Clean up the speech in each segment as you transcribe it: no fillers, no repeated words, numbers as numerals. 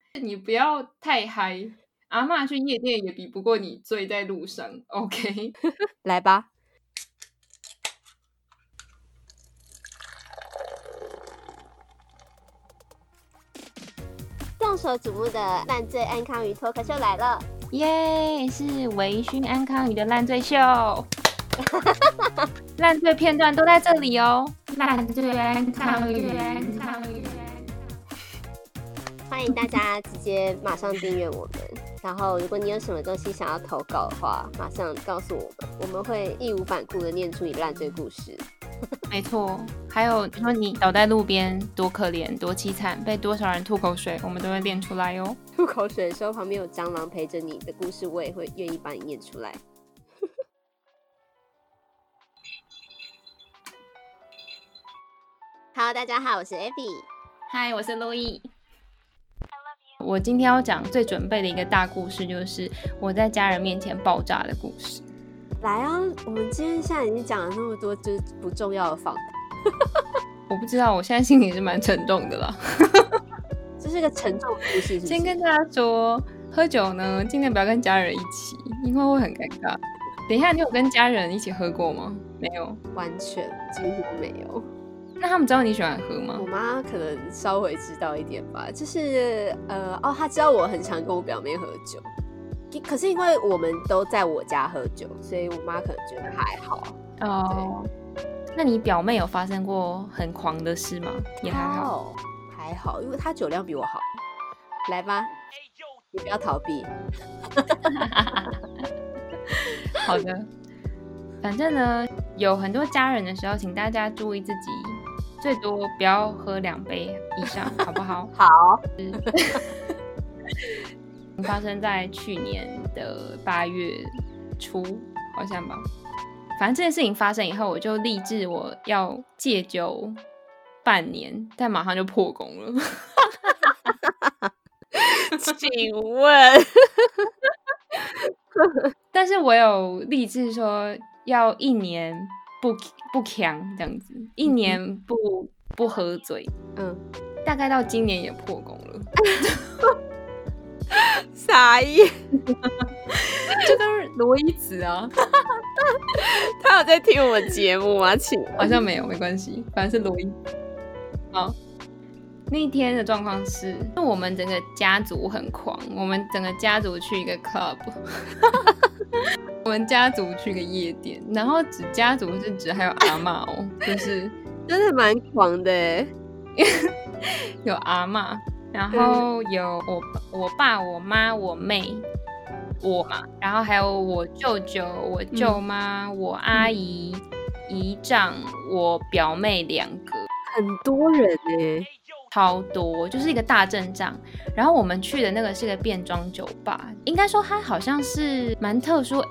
你不要太嗨，阿嬷去夜店也比不过你醉在路上 OK 来吧。众所瞩目的烂醉安康鱼脱口秀来了， 耶！是微醺安康鱼的烂醉秀，烂醉片段都在这里哦。烂醉安康鱼， 欢迎大家直接马上订阅我们。然后，如果你有什么东西想要投稿的话，马上告诉我们，我们会义无反顾的念出你烂醉故事。 没错，还有说你倒在路边多可怜多凄惨，被多少人吐口水，我们都会念出来哦。 吐口水的时候旁边有蟑螂陪着你的故事，我也会愿意帮你念出来。Hello， 大家好，我是 Abby。 嗨，我是 Louis。我今天要讲最准备的一个大故事，就是我在家人面前爆炸的故事。 来啊，我们今天现在已经讲了那么多就是不重要的访谈。 我不知道，我现在心里是蛮沉重的啦。 这是个沉重的故事是不是？ 先跟大家说，喝酒呢尽量不要跟家人一起，因为会很尴尬。等一下，你有跟家人一起喝过吗？没有， 完全几乎没有。 那他们知道你喜欢喝吗？ 我妈可能稍微知道一点吧，就是她知道我很常跟我表妹喝酒，可是因为我们都在我家喝酒，所以我妈可能觉得还好。 哦，那你表妹有发生过很狂的事吗？也还好， 还好，因为她酒量比我好。来吧，你不要逃避。 好的，反正呢，有很多家人的时候，请大家注意自己，最多不要喝2杯以上，好不好？ 好。 发生在去年的8月初，好像吧。反正这件事情发生以后，我就立志我要戒酒半年，但马上就破功了。 请问？ 但是我有立志说要1年不呛这样子，1年不喝醉。大概到今年也破功了。 傻眼。 就跟罗伊子啊。 他有在听我们节目吗？ 好像没有，没关系，反正是罗伊。好，那一天的状况是，我们整个家族很狂，我们整个家族去一个 club。我们家族去个夜店，然后家族是指还有阿嬷哦，就是真的蛮狂的耶。 有阿嬷，然后有我爸、我妈、我妹、我嘛，然后还有我舅舅、我舅妈、我阿姨、姨丈、我表妹2个， 很多人耶。 超多，就是一个大阵仗。然后我们去的那个是个变装酒吧，应该说它好像是蛮特殊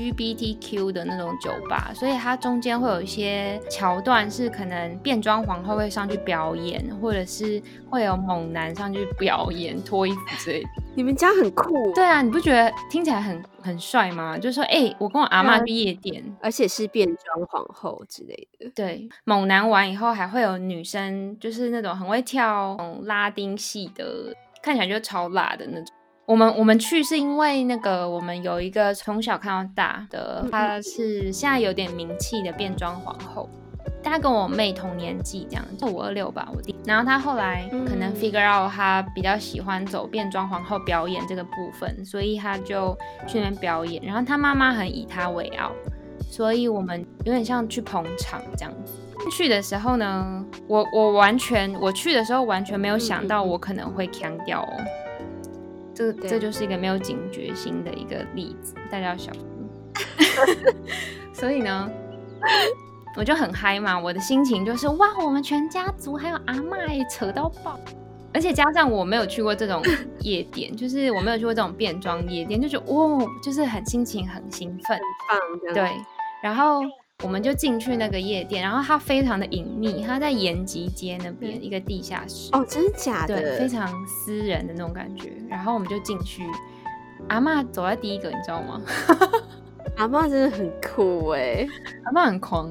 LGBTQ 的那种酒吧，所以它中间会有一些桥段是可能变装皇后会上去表演，或者是会有猛男上去表演脱衣服之类的。 你们家很酷。 对啊，你不觉得听起来很帅吗？就是说我跟我阿嬷去夜店， 而且是变装皇后之类的。 对，猛男完以后还会有女生，就是那种很会跳拉丁系的，看起来就超辣的那种。我们去是因为那个我们有一个从小看到大的，她是现在有点名气的变装皇后。她跟我妹同年纪，这样就526吧，我弟。然后她后来可能 figure out 她比较喜欢走变装皇后表演这个部分，所以她就去那边表演。然后她妈妈很以她为傲，所以我们有点像去捧场这样子。去的时候呢，我去的时候完全没有想到我可能会呛掉哦。这就是一个没有警觉心的一个例子，大家要小心。所以呢，我就很嗨嘛，我的心情就是哇，我们全家族还有阿嬷扯到爆，而且加上我没有去过这种夜店，就是我没有去过这种变装夜店，就觉得哇，就是心情很兴奋， 很棒。 对，然后我们就进去那个夜店，然后它非常的隐秘，它在延吉街那边一个地下室。 哦，真的假的？ 对，非常私人的那种感觉。然后我们就进去，阿嬷走在第一个，你知道吗？ 阿嬷真的很酷耶。 阿嬷很狂，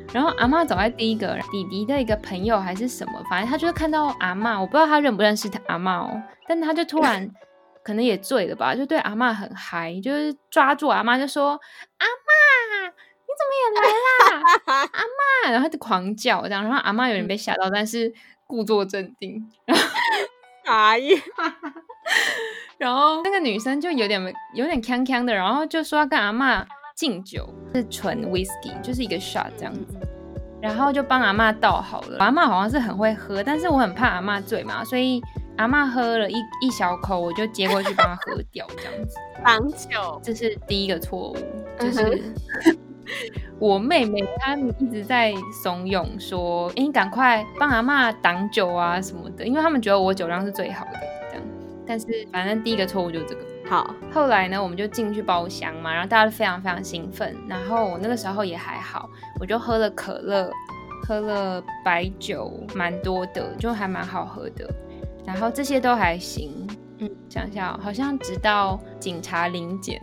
然后阿嬷走在第一个，弟弟的一个朋友还是什么，反正他就是看到阿嬷，我不知道他认不认识他阿嬷哦，但他就突然可能也醉了吧，就对阿嬷很嗨，就是抓住阿嬷就说阿嬷你怎么也来啦阿嬷，然后他就狂叫这样，然后阿嬷有点被吓到，但是故作镇定， 傻眼。 然后那个女生就有点呛呛的，然后就说要跟阿嬷敬酒，是纯 whisky， 就是一个 shot 这样子，然后就帮阿嬷倒好了。阿嬷好像是很会喝，但是我很怕阿嬷醉嘛，所以阿嬷喝了一小口，我就接过去帮她喝掉这样子。 挡酒， 这是第一个错误，就是我妹妹她一直在怂恿说，你赶快帮阿嬷挡酒啊什么的，因为他们觉得我酒量是最好的这样。但是反正第一个错误就是这个。 好， 后来呢，我们就进去包厢嘛，然后大家都非常非常兴奋。然后我那个时候也还好，我就喝了可乐，喝了白酒，蛮多的，就还蛮好喝的。然后这些都还行，想一下，好像直到警察临检。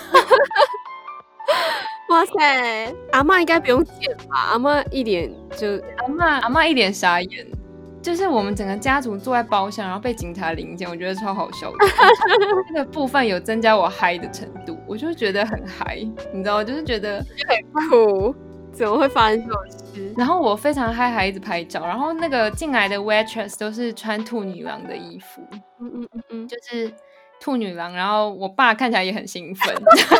哇塞，阿嬷应该不用检吧？阿嬷一脸就阿嬷一脸傻眼。就是我们整个家族坐在包厢，然后被警察临检，我觉得超好笑的。这个部分有增加我嗨的程度，我就觉得很嗨，你知道，就是觉得很酷，怎么会发生这种事？ 然后我非常嗨，还一直拍照。然后那个进来的 waitress 都是穿兔女郎的衣服，就是兔女郎。然后我爸看起来也很兴奋。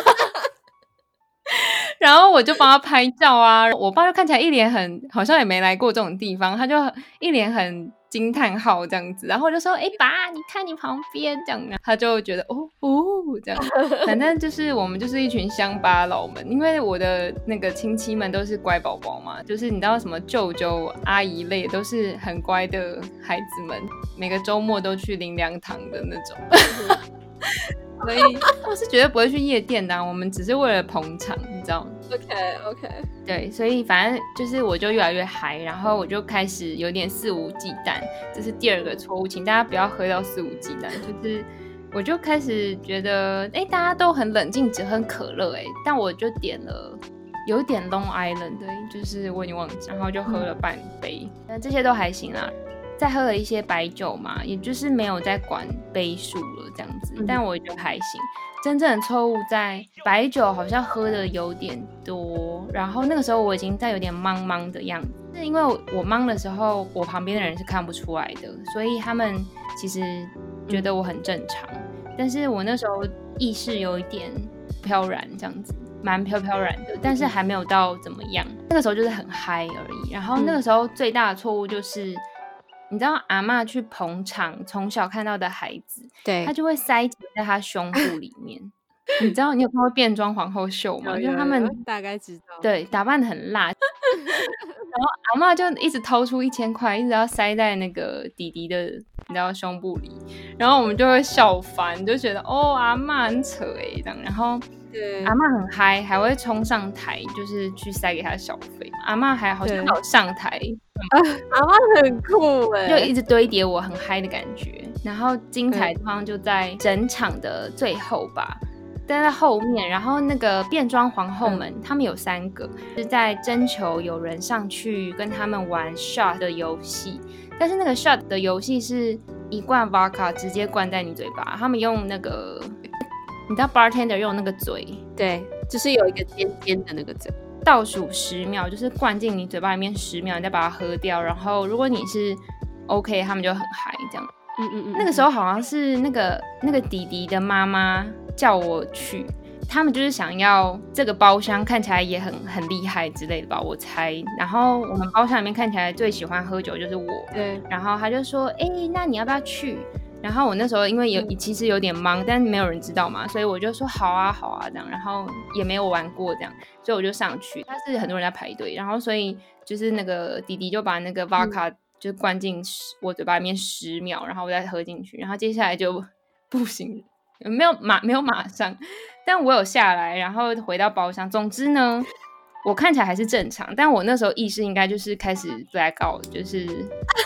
然后我就帮他拍照啊，我爸就看起来一脸好像也没来过这种地方，他就一脸很惊叹号这样子，然后我就说爸你看你旁边这样，他就觉得哦这样，反正就是我们就是一群乡巴佬们，因为我的那个亲戚们都是乖宝宝嘛，就是你知道什么舅舅阿姨类都是很乖的孩子们，每个周末都去灵粮堂的那种。所以我是绝对不会去夜店的我们只是为了捧场，你知道吗？ OK 对，所以反正就是我就越来越嗨，然后我就开始有点肆无忌惮，这是第二个错误，请大家不要喝到肆无忌惮。就是我就开始觉得大家都很冷静只喝可乐但我就点了有点 Long Island 就是我已经忘记，然后就喝了半杯，但这些都还行啦。再喝了一些白酒嘛，也就是没有再管杯数了这样子，但我觉得还行。真正的错误在白酒好像喝的有点多，然后那个时候我已经在有点茫茫的样子，是因为我茫的时候我旁边的人是看不出来的，所以他们其实觉得我很正常，但是我那时候意识有一点飘然这样子，蛮飘飘然的，但是还没有到怎么样，那个时候就是很嗨而已。然后那个时候最大的错误就是你知道阿嬷去捧场从小看到的孩子， 对， 她就会塞紧在她胸部里面。你知道你有看过变装皇后秀吗？就他们大概知道， 对，打扮得很辣。然后阿嬷就一直掏出1000块，一直要塞在那个弟弟的你知道胸部里，然后我们就会笑翻，就觉得阿嬷很扯这样。然后阿嬷很嗨，还会冲上台，就是去塞给他小费。阿嬷还好像有上台， 阿嬷很酷就一直堆叠我很嗨的感觉。然后精彩的地方就在整场的最后吧，在后面。然后那个变装皇后们，他们有3个是在征求有人上去跟他们玩 shot 的游戏，但是那个 shot 的游戏是一罐 vodka 直接灌在你嘴巴，他们用那个你知道 bartender 用那个嘴， 对，就是有一个尖尖的那个嘴， 倒数10秒，就是灌进你嘴巴里面10秒，你再把它喝掉。然后如果你是 OK， 他们就很嗨这样。那个时候好像是那个弟弟的妈妈叫我去，他们就是想要这个包厢看起来也很厉害之类的吧，我猜。然后我们包厢里面看起来最喜欢喝酒就是我， 对。 然后他就说，那你要不要去？然后我那时候因为其实有点忙，但没有人知道嘛，所以我就说好啊这样，然后也没有玩过这样，所以我就上去。但是很多人在排队，然后所以就是那个弟弟就把那个 vodka 就灌进我嘴巴里面10秒，然后我再喝进去，然后接下来就不行，没有马上，但我有下来，然后回到包厢。总之呢，我看起来还是正常，但我那时候意识应该就是开始 black out， 就是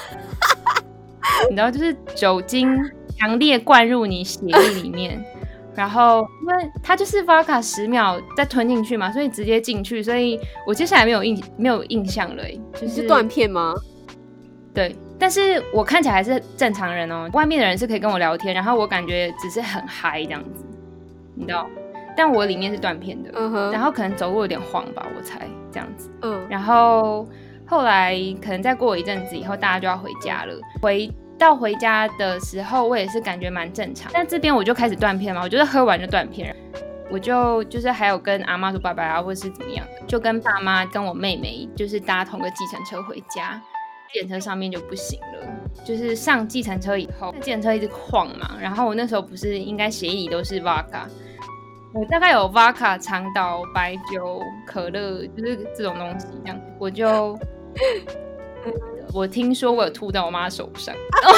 你知道，就是酒精强烈灌入你血液里面， 然后因为它就是 vodka 10秒再吞进去嘛，所以直接进去，所以我接下来没有印象了就是断片吗？ 对，但是我看起来还是正常人哦，外面的人是可以跟我聊天，然后我感觉只是很嗨这样子，你知道，但我里面是断片的，然后可能走路有点晃吧，我猜这样子，然后后来可能再过一阵子以后，大家就要回家了，回家的时候，我也是感觉蛮正常，但这边我就开始断片嘛，我就是喝完就断片，我就是还有跟阿妈说拜拜啊，或是怎么样的，就跟爸妈跟我妹妹就是搭同个计程车回家。计程车上面就不行了，就是上计程车以后，计程车一直晃嘛，然后我那时候不是应该血液里都是 vodka， 我大概有 vodka、长岛、白酒、可乐，就是这种东西，这样我听说我有吐到我妈手上。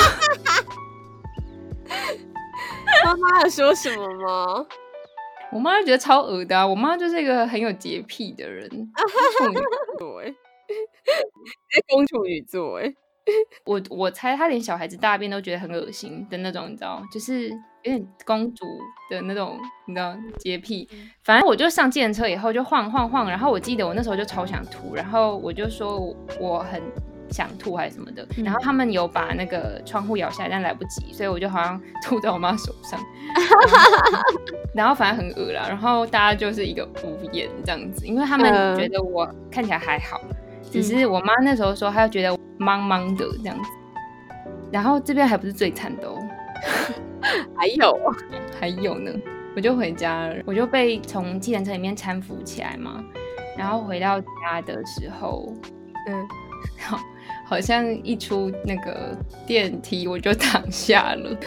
妈妈有说什么吗？ 我妈就觉得超恶的啊，我妈就是一个很有洁癖的人，处女座公处女座我猜她连小孩子大便都觉得很恶心的那种，你知道，就是有点公主的那种，你知道洁癖。反正我就上计程车以后就晃，然后我记得我那时候就超想吐，然后我就说我很想吐还是什么的，然后他们有把那个窗户摇下来，但来不及，所以我就好像吐在我妈手上，然后反正很恶啦，然后大家就是一个无言这样子，因为他们觉得我看起来还好，只是我妈那时候说她觉得我茫茫的这样子，然后这边还不是最惨的哦，还有呢，我就回家了，我就被从计程车里面搀扶起来嘛，然后回到家的时候，好像一出那个电梯我就躺下了，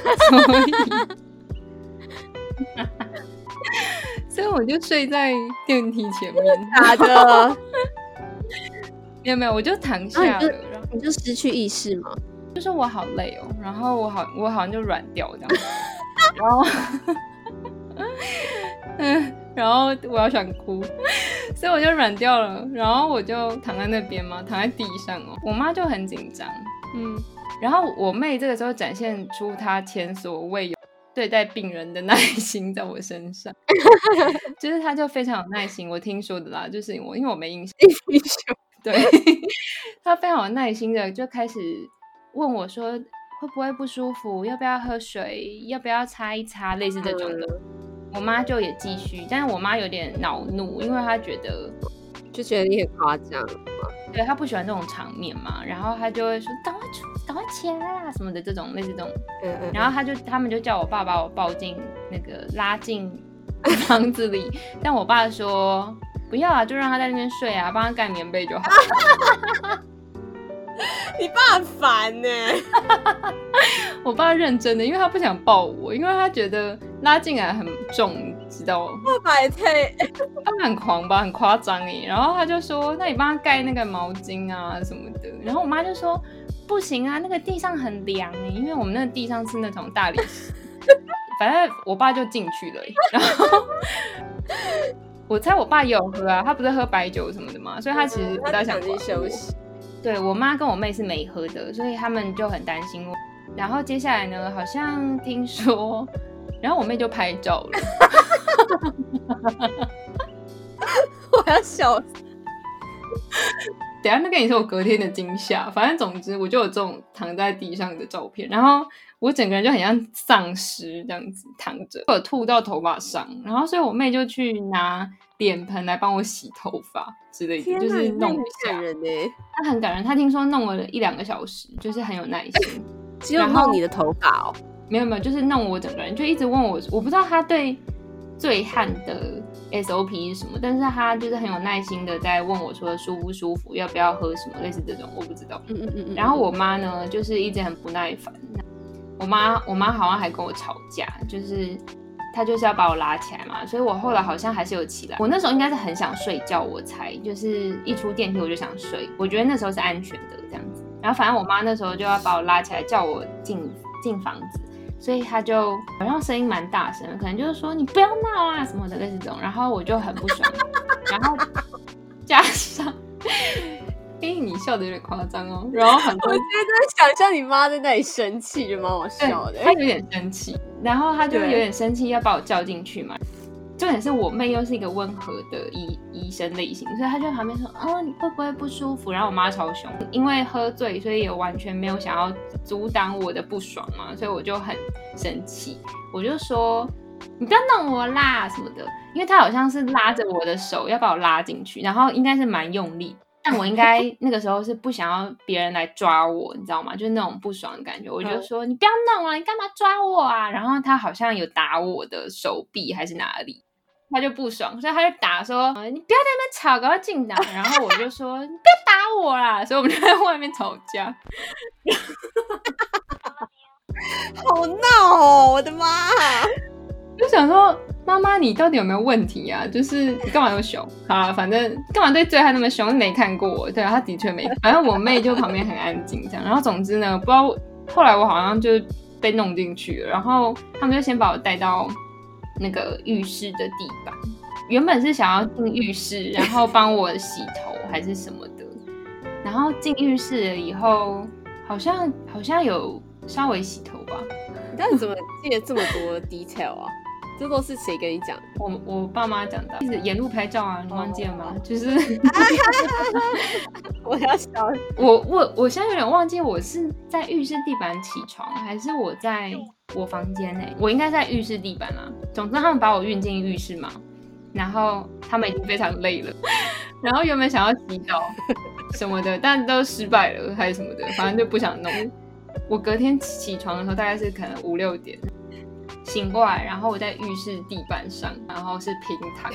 所以我就睡在电梯前面。 假的？ 没有，我就躺下了， 你就失去意识吗？ 就说我好累哦，然后我好像就软掉这样，然后然后我要想哭，所以我就软掉了，然后我就躺在那边嘛，躺在地上哦。我妈就很紧张，然后我妹这个时候展现出她前所未有对待病人的耐心在我身上，就是她就非常有耐心，我听说的啦，就是因为我没印象，对，她非常有耐心的就开始问我说会不会不舒服，要不要喝水，要不要擦一擦，类似这种的。我妈就也继续，但是我妈有点恼怒，因为她觉得你很夸张， 对，她不喜欢这种场面嘛，然后她就会说赶快起来啦什么的这种类似这种，然后他们就叫我爸把我抱进那个拉进房子里，但我爸说不要啊，就让他在那边睡啊，帮他盖棉被就好了。 你爸很烦呢。 我爸认真的，因为他不想抱我，因为他觉得拉进来很重，知道吗？ 爸爸也太…… 他们很狂吧，很夸张耶。然后他就说：“那你帮他盖那个毛巾啊什么的。”然后我妈就说：“不行啊，那个地上很凉耶，因为我们那个地上是那种大理石。”反正我爸就进去了耶，然后我猜我爸也有喝啊，他不是喝白酒什么的嘛，所以他其实不大想休息。 对，我妈跟我妹是没喝的，所以他们就很担心我。然后接下来呢，好像听说，然后我妹就拍照了。 我要笑死。 等一下再跟你说我隔天的惊吓，反正总之我就有这种躺在地上的照片，然后我整个人就很像丧尸这样子躺着，我有吐到头发上，然后所以我妹就去拿脸盆来帮我洗头发之类的，就是弄一下。 很感人耶， 她很感人，她听说弄了1-2个小时，就是很有耐心。 只有弄你的头发哦？ 没有，就是弄我整个人，就一直问我，我不知道她对醉汉的 SOP 是什么，但是他就是很有耐心的在问我说舒不舒服，要不要喝什么，类似这种我不知道。然后我妈呢就是一直很不耐烦，我妈好像还跟我吵架，就是她就是要把我拉起来嘛，所以我后来好像还是有起来。我那时候应该是很想睡觉，我猜就是一出电梯我就想睡，我觉得那时候是安全的这样子。然后反正我妈那时候就要把我拉起来，叫我进房子。所以他就好像声音蛮大声，可能就是说你不要闹啊什么的类似这种，然后我就很不爽，然后加上，你笑得有点夸张哦，然后很多， 我觉得想象你妈在那里生气就蛮好笑的， 她有点生气， 然后他就有点生气要把我叫进去嘛。重点是我妹又是一个温和的医生类型，所以她就旁边说你会不会不舒服，然后我妈超凶，因为喝醉所以也完全没有想要阻挡我的不爽嘛，所以我就很生气，我就说你不要弄我啦什么的，因为她好像是拉着我的手要把我拉进去，然后应该是蛮用力，但我应该那个时候是不想要别人来抓我，你知道吗？就是那种不爽的感觉，我就说你不要弄了，你干嘛抓我啊？然后她好像有打我的手臂还是哪里，他就不爽，所以他就打说你不要在那边吵，赶快进来。然后我就说你不要打我啦，所以我们就在外面吵架。 好闹哦，我的妈！ 就想说妈妈你到底有没有问题啊？就是你干嘛那么凶？好啦，反正干嘛对醉汉那么凶？没看过我，对啊，他的确没。反正我妹就旁边很安静这样。然后总之呢，不知道后来我好像就被弄进去了，然后他们就先把我带到那个浴室的地板，原本是想要进浴室，然后帮我洗头还是什么的。然后进浴室了以后，好像有稍微洗头吧。 你到底怎么记得这么多 detail 啊？这都是谁跟你讲的？ 我爸妈讲的，一直沿路拍照啊，你忘记了吗？就是我要笑。 我现在有点忘记我是在浴室地板起床，还是我在我房间内。我应该在浴室地板啦。总之他们把我运进浴室嘛，然后他们已经非常累了，然后原本想要洗澡什么的，但都失败了还是什么的，反正就不想弄。我隔天起床的时候大概是可能5、6点。醒过来，然后我在浴室地板上，然后是平躺。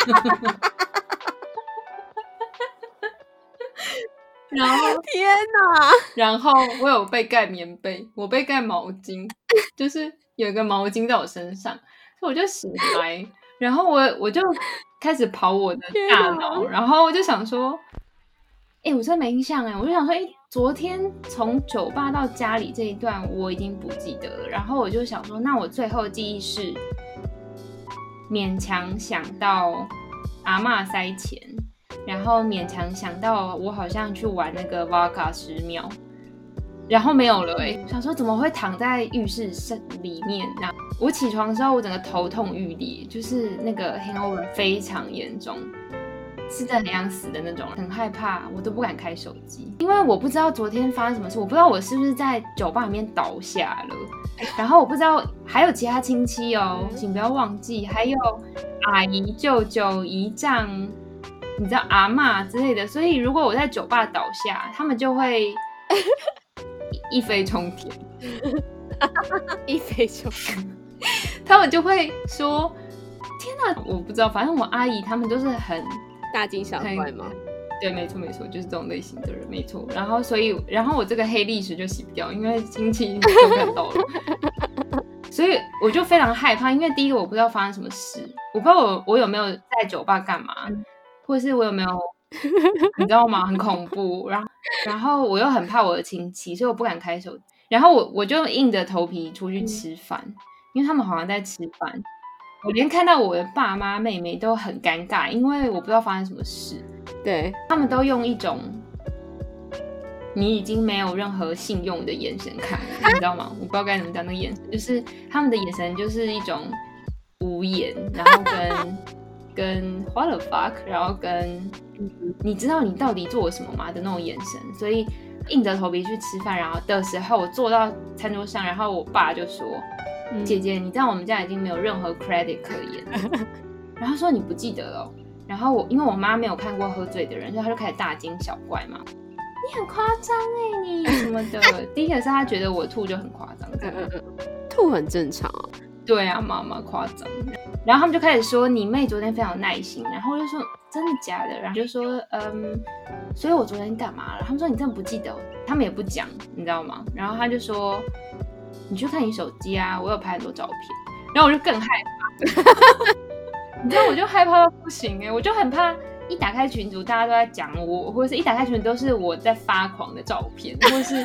然后天哪！ 然后我有被盖棉被，我被盖毛巾，就是有一个毛巾在我身上，所以我就醒来，然后我就开始跑我的大脑，然后我就想说，我真的没印象我就想说，昨天从酒吧到家里这一段我已经不记得了，然后我就想说，那我最后的记忆是勉强想到阿嬷塞钱，然后勉强想到我好像去玩那个 Vodka 10秒，然后没有了想说怎么会躺在浴室里面啊？我起床的时候我整个头痛欲裂，就是那个 hangover 非常严重，是真的很想死的那种，很害怕，我都不敢开手机，因为我不知道昨天发生什么事，我不知道我是不是在酒吧里面倒下了，然后我不知道还有其他亲戚请不要忘记，还有阿姨、舅舅、姨丈，你知道阿嬷之类的，所以如果我在酒吧倒下，他们就会一飞冲天， 一飞冲天， 他们就会说天哪，我不知道，反正我阿姨他们都是很大惊小怪吗？ 对，没错，就是这种类型的人，没错。然后我这个黑历史就洗不掉，因为亲戚都看到了，所以我就非常害怕。因为第一个我不知道发生什么事，我不知道我有没有在酒吧干嘛，或是我有没有，你知道吗？很恐怖。然后我又很怕我的亲戚，所以我不敢开手机。然后我就硬着头皮出去吃饭，因为他们好像在吃饭。我连看到我的爸妈妹妹都很尴尬，因为我不知道发生什么事。 对， 他们都用一种你已经没有任何信用的眼神看我，你知道吗？我不知道该怎么讲那个眼神，就是他们的眼神就是一种无言，然后跟 what the fuck， 然后跟你知道你到底做了什么吗的那种眼神。所以硬着头皮去吃饭，然后的时候我坐到餐桌上，然后我爸就说姐姐你知道我们家已经没有任何 credit 可言然后说你不记得了然后因为我妈没有看过喝醉的人，所以她就开始大惊小怪嘛，你很夸张你什么的第一个是她觉得我吐就很夸张吐很正常对啊，妈妈夸张。然后他们就开始说你妹昨天非常有耐心，然后我就说真的假的，然后就说所以我昨天干嘛了？他们说你真的不记得，他们也不讲，你知道吗？然后他就说你去看你手机啊，我有拍很多照片。然后我就更害怕你知道我就害怕到不行我就很怕一打开群组大家都在讲我，或者是一打开群组都是我在发狂的照片，或是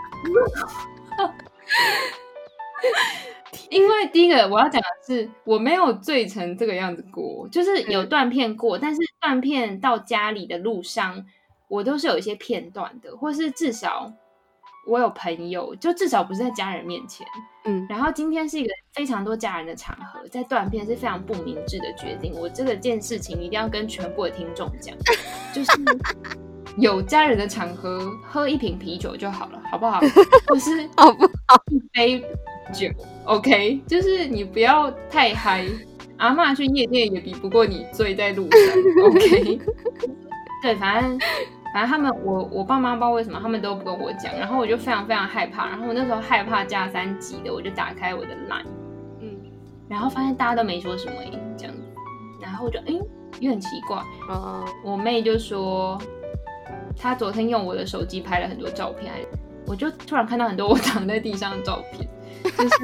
因为第一个我要讲的是我没有醉成这个样子过，就是有断片过，但是断片到家里的路上我都是有一些片段的，或是至少我有朋友，就至少不是在家人面前，然后今天是一个非常多家人的场合，在断片是非常不明智的决定。我这件事情一定要跟全部的听众讲，就是有家人的场合喝一瓶啤酒就好了，好不好？或是好不好？ 一杯酒 ，OK， 就是你不要太嗨。阿嬷去夜店也比不过你醉在路上，OK。对，反正他们，我爸妈不知道为什么他们都不跟我讲，然后我就非常非常害怕，然后我那时候害怕加3级的，我就打开我的 LINE，然后发现大家都没说什么这样子，然后我就有点奇怪，我妹就说她昨天用我的手机拍了很多照片，我就突然看到很多我躺在地上的照片，就是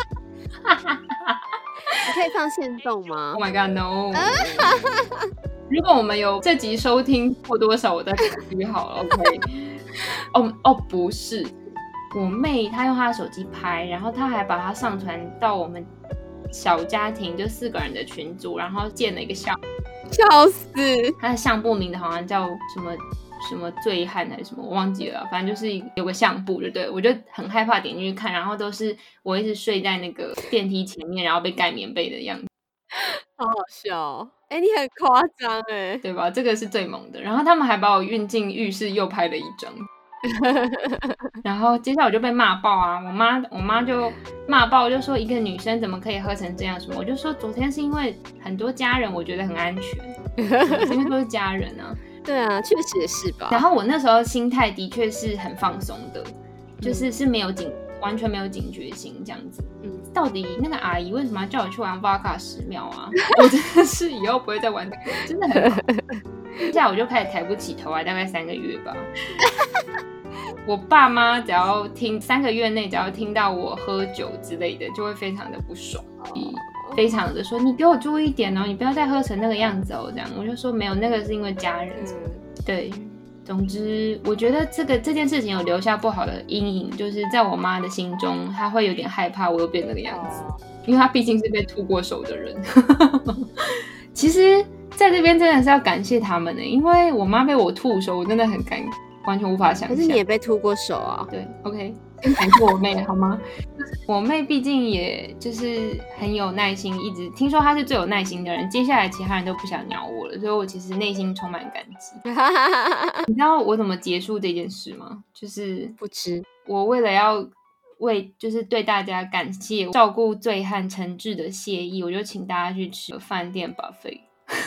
你可以放限动吗 ？Oh my god no！ 如果我们有这集收听过多少，我再考虑好了。OK， 不是，我妹她用她的手机拍，然后她还把它上传到我们小家庭就4个人的群组，然后建了一个笑死！ 她的相簿名的好像叫什么醉汉还是什么，我忘记了，反正就是有个相簿，就对，我就很害怕点进去看，然后都是我一直睡在那个电梯前面，然后被盖棉被的样子。 好好笑哦！你很夸张对吧？这个是最猛的。然后他们还把我运进浴室又拍了一张，然后接下来我就被骂爆啊！我妈就骂爆，就说一个女生怎么可以喝成这样什么？我就说昨天是因为很多家人，我觉得很安全，因为都是家人啊。 对啊，确实也是吧。 然后我那时候心态的确是很放松的，就是没有完全没有警觉心这样子。到底那个阿姨为什么要叫我去玩 Vodka 10秒啊？我真的是以后不会再玩这个，真的很好。接下来我就开始抬不起头来，大概3个月吧。我爸妈只要3个月内只要听到我喝酒之类的，就会非常的不爽，非常的说你给我注意一点哦，你不要再喝成那个样子哦。这样我就说没有，那个是因为家人。对。总之我觉得这件事情有留下不好的阴影，就是在我妈的心中，她会有点害怕我又变那个样子，因为她毕竟是被吐过手的人。其实在这边真的是要感谢他们，因为我妈被我吐手，我真的很尴尬，完全无法想象。 可是你也被吐过手啊？ 对 ，OK， 先感谢我妹好吗？我妹毕竟也就是很有耐心，一直听说她是最有耐心的人，接下来其他人都不想鸟我了，所以我其实内心充满感激。你知道我怎么结束这件事吗？就是不吃。我为了要就是对大家感谢照顾醉汉诚挚的谢意，我就请大家去吃饭店 buffet。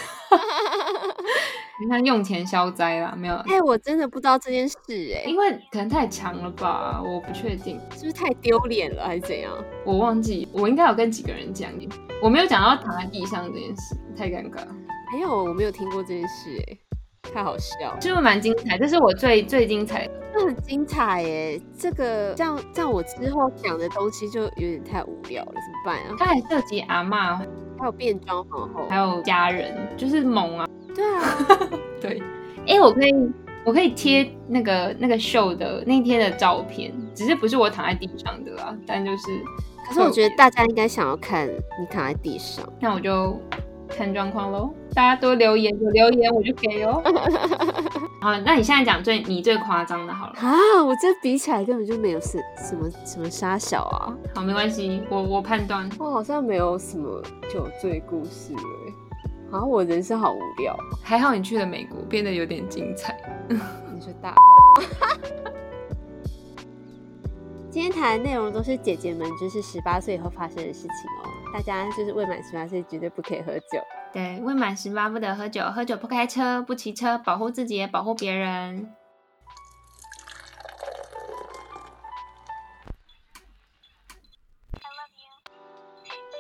你看用钱消灾啦，没有？ 我真的不知道这件事因为可能太长了吧，我不确定， 是不是太丢脸了还是怎样？ 我忘记，我应该有跟几个人讲，我没有讲到躺在地上这件事，太尴尬。 没有，我没有听过这件事太好笑， 是不是蛮精彩？这是我最精彩的， 这很精彩这个这样我之后讲的东西就有点太无聊了，怎么办啊？ 它还涉及阿嬷， 还有变装皇后， 还有家人，就是猛啊！ 对啊， 对，我可以贴那个秀的那天的照片，只是不是我躺在地上的啦，但就是。 可是我觉得大家应该想要看你躺在地上， 那我就看状况咯，大家多留言，有留言我就给哦。好，那你现在讲你最夸张的好了啊！我这比起来根本就没有什么杀小啊。 好，没关系，我判断我好像没有什么酒醉故事好像我人生好无聊。 还好你去了美国，变得有点精彩。 你说大今天谈的内容都是姐姐们就是18岁以后发生的事情大家就是未满18岁绝对不可以喝酒。 对，未满18不得喝酒，喝酒不开车，不骑车，保护自己也保护别人。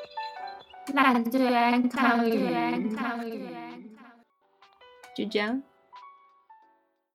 烂醉康圆，就这样。